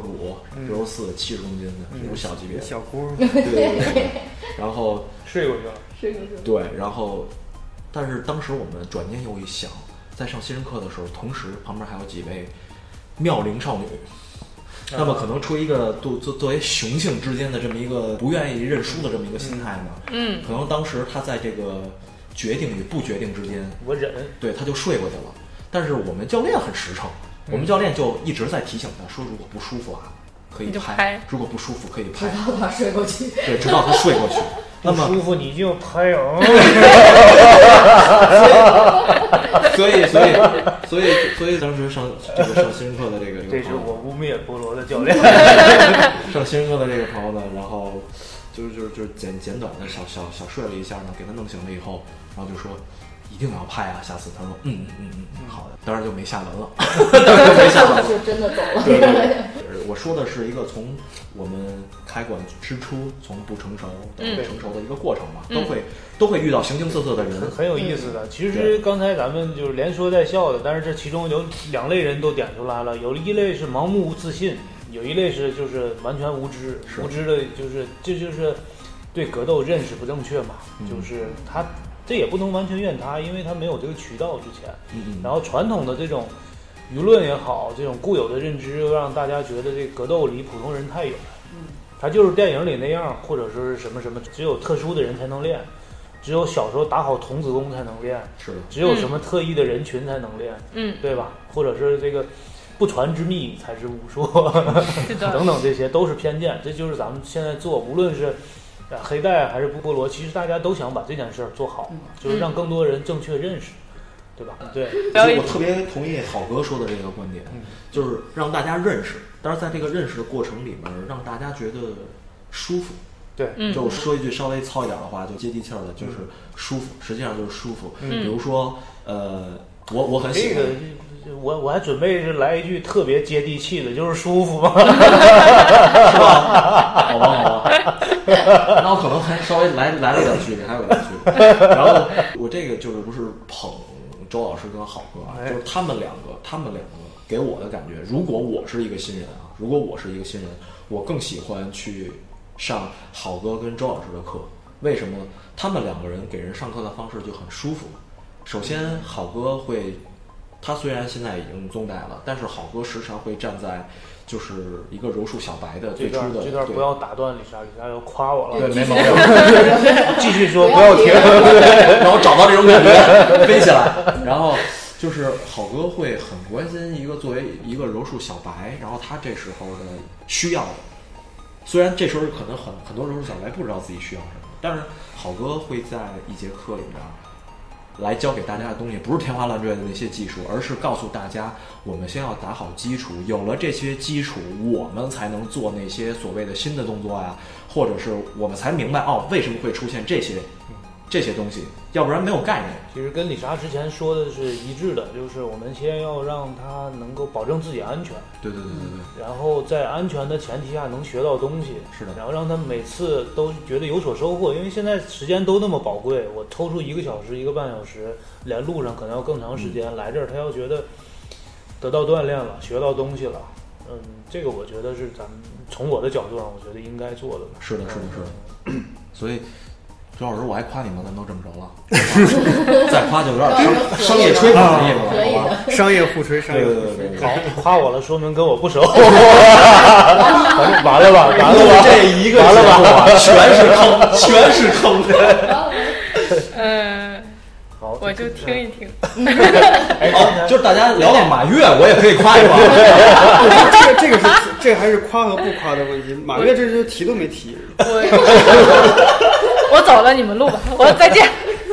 65、64、70公斤的这种小级别， 小姑。 对，然后睡过去了。 对，然后，但是当时我们转念又一想，在上新人课的时候，同时旁边还有几位妙龄少女。那么可能出于一个作为雄性之间的这么一个不愿意认输的这么一个心态嘛，可能当时他在这个决定与不决定之间， 我忍， 对，他就睡过去了。但是我们教练很实诚，我们教练就一直在提醒他说，如果不舒服啊，可以拍；如果不舒服可以拍， 直到他睡过去。 对，直到他睡过去。那么不舒服你就拍哦。 所以当时上新人课的这个这是我污蔑菠萝的教练。 上新人课的这个朋友呢，然后就是简短的小睡了一下呢，给他弄醒了以后，然后就说一定要拍啊，下次他说好的，当然就没下文了， 就真的走了。 对，我说的是一个从我们开馆之初，从不成熟到成熟的一个过程嘛，都会遇到形形色色的人， 很有意思的。其实刚才咱们就是连说带笑的，但是这其中有2类人都点出来了，有一类是盲目自信，有一类是就是完全无知的，就是对格斗认识不正确嘛，就是他。这也不能完全怨他，因为他没有这个渠道之前。然后传统的这种舆论也好，这种固有的认知又让大家觉得这格斗离普通人太远。他就是电影里那样，或者说是什么，只有特殊的人才能练，只有小时候打好童子功才能练，只有什么特异的人群才能练，对吧？或者是这个不传之秘才是武术，等等，这些都是偏见。这就是咱们现在做，无论是黑带还是菠萝，其实大家都想把这件事儿做好，就是让更多人正确认识，对吧？对， 我特别同意好哥说的这个观点，就是让大家认识，但是在这个认识的过程里面，让大家觉得舒服， 对， 就说一句稍微糙一点的话，就接地气儿的，就是舒服，实际上就是舒服。比如说，我很喜欢。 我还准备是来一句特别接地气的，就是舒服嘛， 是吧？好吧，那我可能还稍微来了一点区别，还有一点区别。然后我这个就是不是捧周老师跟好哥啊，就是他们两个给我的感觉，如果我是一个新人，我更喜欢去上好哥跟周老师的课。为什么？他们两个人给人上课的方式就很舒服。首先，好哥会。他虽然现在已经中代了，但是好哥时常会站在就是一个柔术小白的最初的这段不要打断李莎要夸我了， 对，没毛病， 继续说，不要停， 然后找到这种感觉飞起来，然后就是好哥会很关心一个作为一个柔术小白，然后他这时候的需要的，虽然这时候可能很多柔术小白不知道自己需要什么，但是好哥会在一节课里边来教给大家的东西不是天花乱坠的那些技术，而是告诉大家我们先要打好基础，有了这些基础我们才能做那些所谓的新的动作呀，或者是我们才明白为什么会出现这些东西，要不然没有概念。 其实跟李莎之前说的是一致的，就是我们先要让他能够保证自己安全， 对， 然后在安全的前提下能学到东西， 是的， 然后让他每次都觉得有所收获，因为现在时间都那么宝贵，我抽出1个小时1个半小时，连路上可能要更长时间，来这儿他要觉得得到锻炼了，学到东西了，这个我觉得是咱们从我的角度上，我觉得应该做的。 是的，所以。周老师，我还夸你们，咱都这么着了，再夸就有点商业吹捧的意思了，好吧？ 商业互吹，对， 好，夸我了，说明跟我不熟，完了吧？ 这一个完了吧？全是坑。 好， 我就听一听。 好，就是大家聊到马跃，我也可以夸一夸。 这还是夸和不夸的问题。马跃这就提都没提。 我走了，你们录吧，我再见。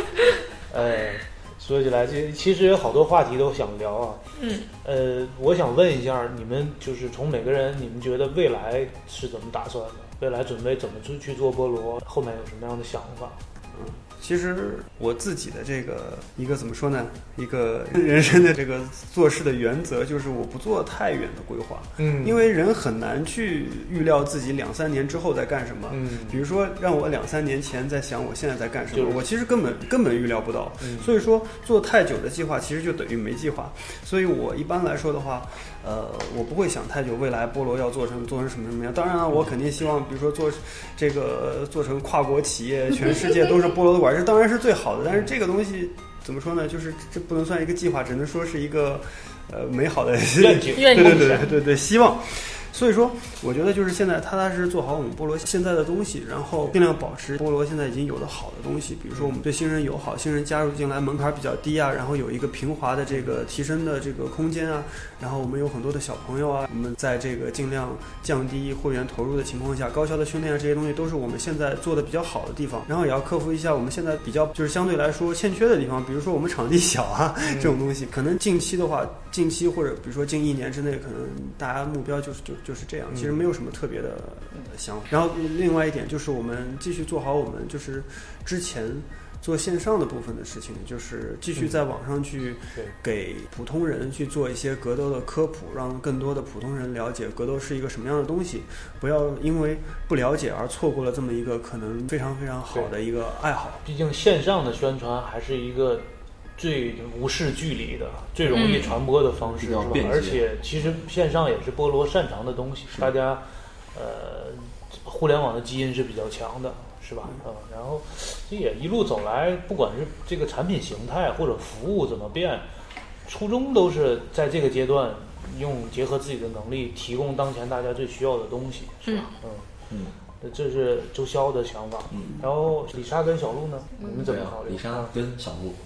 说起来，其实有好多话题都想聊啊。我想问一下，你们就是从每个人，你们觉得未来是怎么打算的？未来准备怎么去做菠萝？后面有什么样的想法？ 其实我自己的这个一个怎么说呢？一个人生的这个做事的原则就是我不做太远的规划，因为人很难去预料自己2-3年之后在干什么，比如说让我2-3年前在想我现在在干什么，我其实根本预料不到，所以说做太久的计划其实就等于没计划，所以我一般来说的话，我不会想太久，未来菠萝要做成什么样。当然了，我肯定希望，比如说做成跨国企业，全世界都是菠萝的馆，这当然是最好的。但是这个东西怎么说呢？就是这不能算一个计划，只能说是一个美好的愿景。 对，希望。所以说，我觉得就是现在踏踏实实做好我们菠萝现在的东西，然后尽量保持菠萝现在已经有的好的东西，比如说我们对新人友好，新人加入进来门槛比较低啊，然后有一个平滑的这个提升的这个空间啊，然后我们有很多的小朋友啊，我们在这个尽量降低会员投入的情况下，高效的训练这些东西都是我们现在做的比较好的地方，然后也要克服一下我们现在比较就是相对来说欠缺的地方，比如说我们场地小啊这种东西，可能近期或者比如说近1年之内，可能大家目标就是这样，其实没有什么特别的想法。然后另外一点就是我们继续做好我们就是之前做线上的部分的事情，就是继续在网上去给普通人去做一些格斗的科普，让更多的普通人了解格斗是一个什么样的东西，不要因为不了解而错过了这么一个可能非常非常好的一个爱好。 毕竟线上的宣传还是一个最无视距离的、最容易传播的方式，是吧？而且其实线上也是菠萝擅长的东西，大家互联网的基因是比较强的，是吧？然后这也一路走来，不管是这个产品形态或者服务怎么变，初衷都是在这个阶段结合自己的能力，提供当前大家最需要的东西，是吧？这是周潇的想法。然后李莎跟小鹿呢？你们怎么考虑？ 李莎跟小鹿。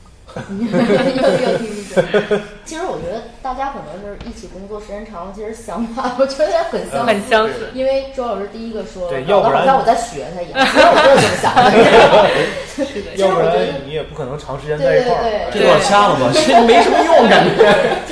其实我觉得大家可能是一起工作时间长了，其实想法我觉得也很相似。 因为周老师第一个说， 要不然好像我在学他一样，其实我就是这么想的。 是的， 要不然你也不可能长时间在一块儿。 这段掐了吧，这没什么用感觉。 就是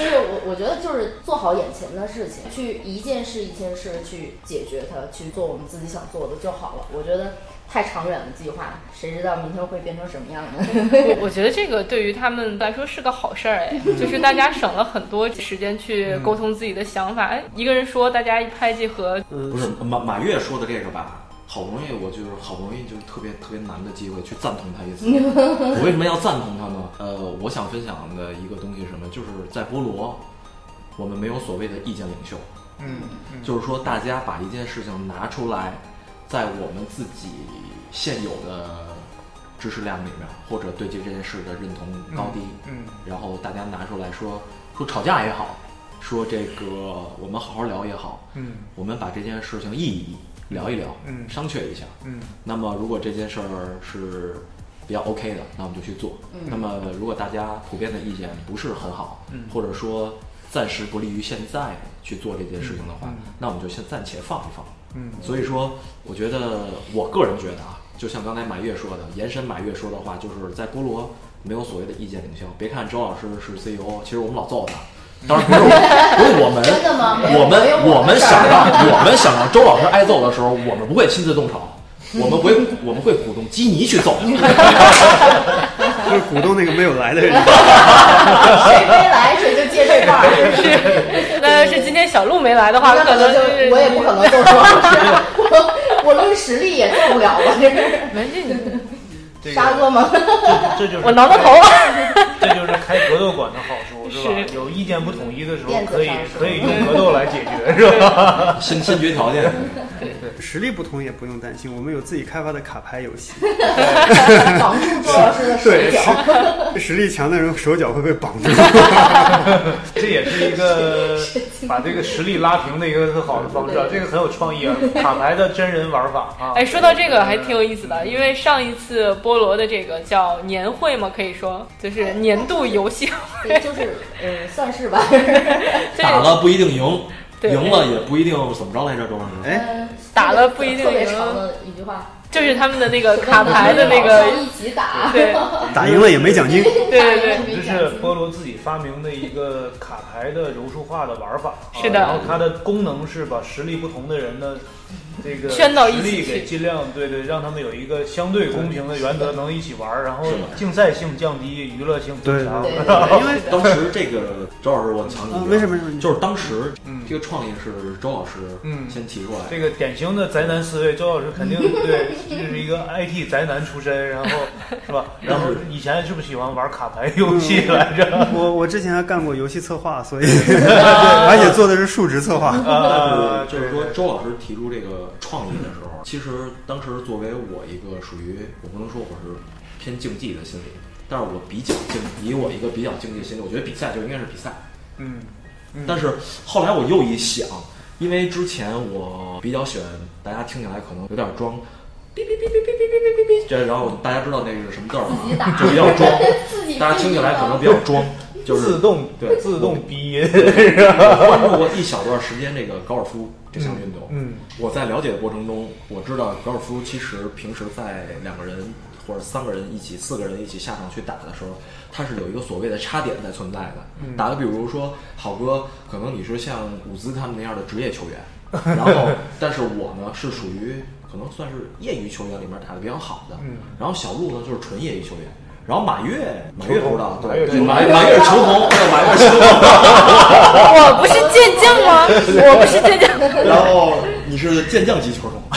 我觉得就是做好眼前的事情，去一件事一件事去解决它，去做我们自己想做的就好了。我觉得太长远的计划，谁知道明天会变成什么样呢？ 我觉得这个对于他们来说是个好事儿，哎，就是大家省了很多时间去沟通自己的想法。哎，一个人说，大家一拍即合。 不是马月说的这个吧？好不容易我就是好不容易就特别难的机会去赞同他一次。我为什么要赞同他呢？我想分享的一个东西是什么？就是在菠萝，我们没有所谓的意见领袖。就是说大家把一件事情拿出来，在我们自己现有的知识量里面，或者对这件事的认同高低，然后大家拿出来说吵架也好，说这个我们好好聊也好，我们把这件事情意义聊一聊，商榷一下，那么如果这件事儿是比较 OK 的，那我们就去做。那么如果大家普遍的意见不是很好，或者说暂时不利于现在去做这件事情的话，那我们就先暂且放一放。所以说，我觉得我个人觉得啊，就像刚才马月说的，延伸马月说的话，就是在菠萝没有所谓的意见领袖。别看周老师是 CEO， 其实我们老揍他。当然不是我们， 真的吗？ 我们想让周老师挨揍的时候，我们不会亲自动手，我们会鼓动基尼去揍。 就是鼓动那个没有来的人。 谁没来谁就接这块儿。 是，那要是今天小鹿没来的话，可能就是我也不可能揍周老师，我论实力也揍不了了，这是。 没这沙哥吗？ 这就是我挠挠头。 这就是开格斗馆的好处，是吧？有意见不统一的时候，可以用格斗来解决，是吧？ 先决条件。 实力不同也不用担心，我们有自己开发的卡牌游戏， 绑住周老师的手脚。 实力强的人手脚会被绑住。 这也是一个把这个实力拉平的一个很好的方式，这个很有创意啊！卡牌的真人玩法啊！ 哎，说到这个还挺有意思的，因为上一次菠萝的这个叫年会嘛，可以说就是年度游戏会， 就是算是吧。 打了不一定赢。赢了也不一定怎么着来着，周老师。 哎， 打了不一定赢。 特别长的一句话， 就是他们的那个卡牌的那个一起打， 对， 打赢了也没奖金。 对， 这是菠萝自己发明的一个卡牌的柔术化的玩法。 是的。 然后它的功能是把实力不同的人的这个圈到一起， 实力给尽量对，让他们有一个相对公平的原则，能一起玩，然后竞赛性降低，娱乐性增强。 因为当时这个周老师，我抢你， 没什么， 就是当时这个创意是周老师先提出来， 这个典型的宅男思维，周老师肯定对，就是一个 IT 宅男出身，然后是吧？然后以前是不是喜欢玩卡牌游戏来着？ 我之前还干过游戏策划，所以而且做的是数值策划。 就是说周老师提出这个创意的时候，其实当时作为我一个属于，我不能说我是偏竞技的心理，但是我以我一个比较竞技的心理，我觉得比赛就应该是比赛。但是后来我又一想，因为之前我比较喜欢，大家听起来可能有点装，哔哔哔哔哔哔哔哔哔，这然后大家知道那个什么字儿吗？就比较装，大家听起来可能比较装。就是自动逼音。 我关注过一小段时间这个高尔夫这项运动。我在了解的过程中，我知道高尔夫其实平时在2个人或者3个人一起、4个人一起下场去打的时候，它是有一个所谓的插点在存在的。打个比如说，好哥，可能你是像伍兹他们那样的职业球员，然后但是我呢是属于可能算是业余球员里面打得比较好的，然后小鹿呢就是纯业余球员。然后马月不知道，对，马月是球童，马月是球童。 我不是健将吗？我不是健将。 然后你是健将级球童。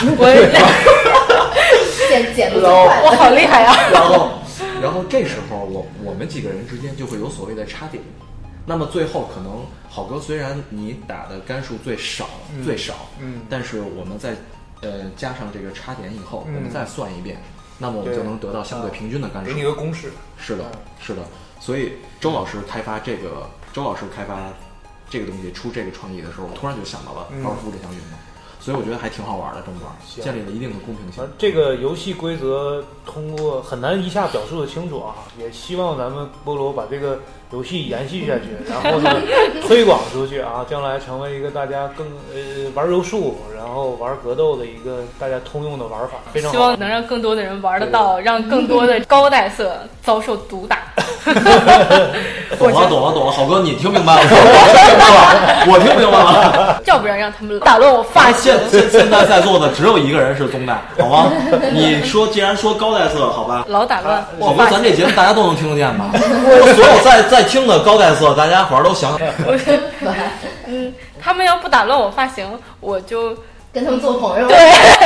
减得快， 我好厉害啊！ 然后这时候我们几个人之间就会有所谓的插点。那么最后可能好哥虽然你打的杆数最少，但是我们在加上这个插点以后，我们再算一遍。那么我们就能得到相对平均的杆数。 给你个公式。 是的。所以周老师开发这个东西出这个创意的时候，我突然就想到了高尔夫这项运动，所以我觉得还挺好玩的，这么玩，建立了一定的公平性。 这个游戏规则通过很难一下表述的清楚啊，也希望咱们菠萝把这个游戏延续下去，然后呢推广出去啊，将来成为一个大家更玩柔术，然后玩格斗的一个大家通用的玩法，非常好。 希望能让更多的人玩得到，让更多的高带色遭受毒打。 懂了，好哥，你听明白了？我听明白了。 要不然让他们打乱我发型。 现在在座的只有一个人是中带，好吗？你说，既然说高带色，好吧， 老打乱我好吧， 发型。 咱这节目大家都能听得见吧？所有在听的高带色，大家伙儿都想， 他们要不打乱我发型，我就跟他们做朋友。 对。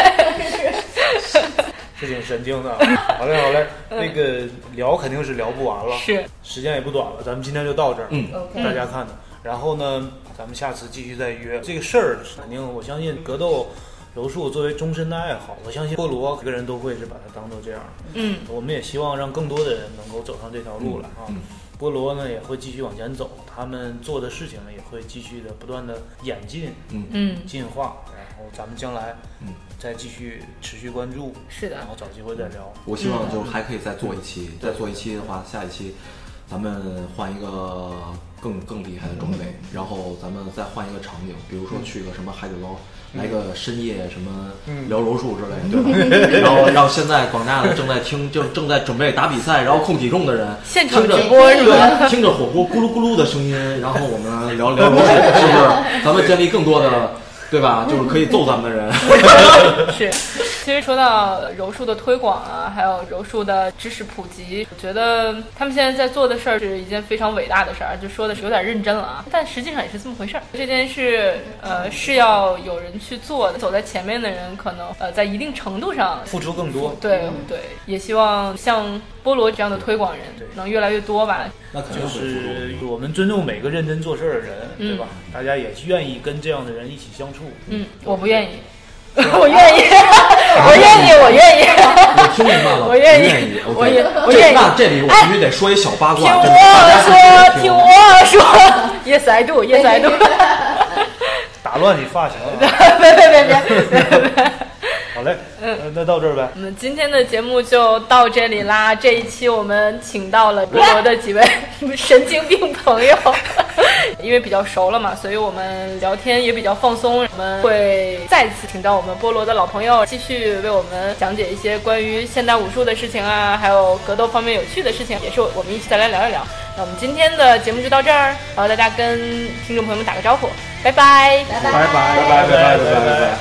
是挺神经的。好嘞，那个聊肯定是聊不完了， 是时间也不短了，咱们今天就到这儿。 OK， 大家看的。然后呢，咱们下次继续再约。这个事儿肯定，我相信格斗柔术作为终身的爱好，我相信菠萝每个人都会是把它当做这样的。我们也希望让更多的人能够走上这条路来啊。菠萝呢也会继续往前走，他们做的事情呢也会继续的不断的演进，进化，然后咱们将来再继续持续关注， 是的， 然后找机会再聊。 我希望就还可以再做一期，再做一期的话，下一期咱们换一个更厉害的装备，然后咱们再换一个场景，比如说去个什么海底捞，来个深夜什么聊柔术之类，对吧？然后让现在广大的正在听，就正在准备打比赛，然后控体重的人， 现场直播是吧？ 听着火锅咕噜咕噜的声音，然后我们聊柔术，是不是？咱们建立更多的。对吧？就是可以揍咱们的人。 是，其实说到柔术的推广啊，还有柔术的知识普及，我觉得他们现在在做的事儿是一件非常伟大的事儿，就说的是有点认真了啊，但实际上也是这么回事儿。这件事是要有人去做的，走在前面的人可能在一定程度上付出更多。 对，也希望像菠萝这样的推广人能越来越多吧。 那肯定就是我们尊重每个认真做事的人，对吧？大家也愿意跟这样的人一起相处。 我不愿意。我愿意，我愿意。 我听明白了， 我愿意，我愿意。 那这里我必须得说一小八卦， 听我说 ，Yes I do，Yes I do。 打乱你发型了。 别。 好嘞，那到这儿呗。 我们今天的节目就到这里啦。这一期我们请到了菠萝的几位神经病朋友，因为比较熟了嘛，所以我们聊天也比较放松。我们会再次请到我们菠萝的老朋友，继续为我们讲解一些关于现代武术的事情啊，还有格斗方面有趣的事情，也是我们一起再来聊一聊。那我们今天的节目就到这儿，然后大家跟听众朋友们打个招呼，拜拜， 拜拜。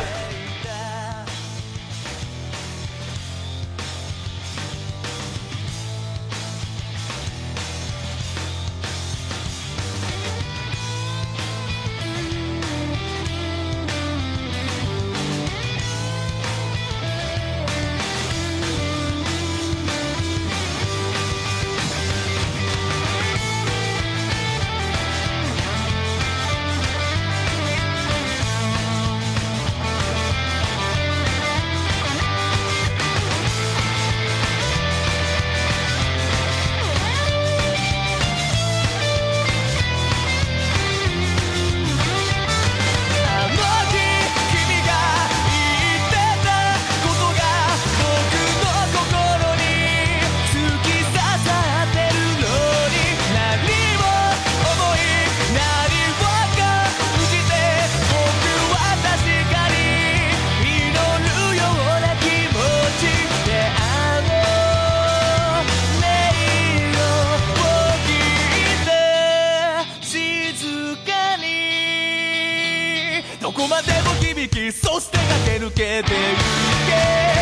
どこまでも響きそして駆け抜けていけ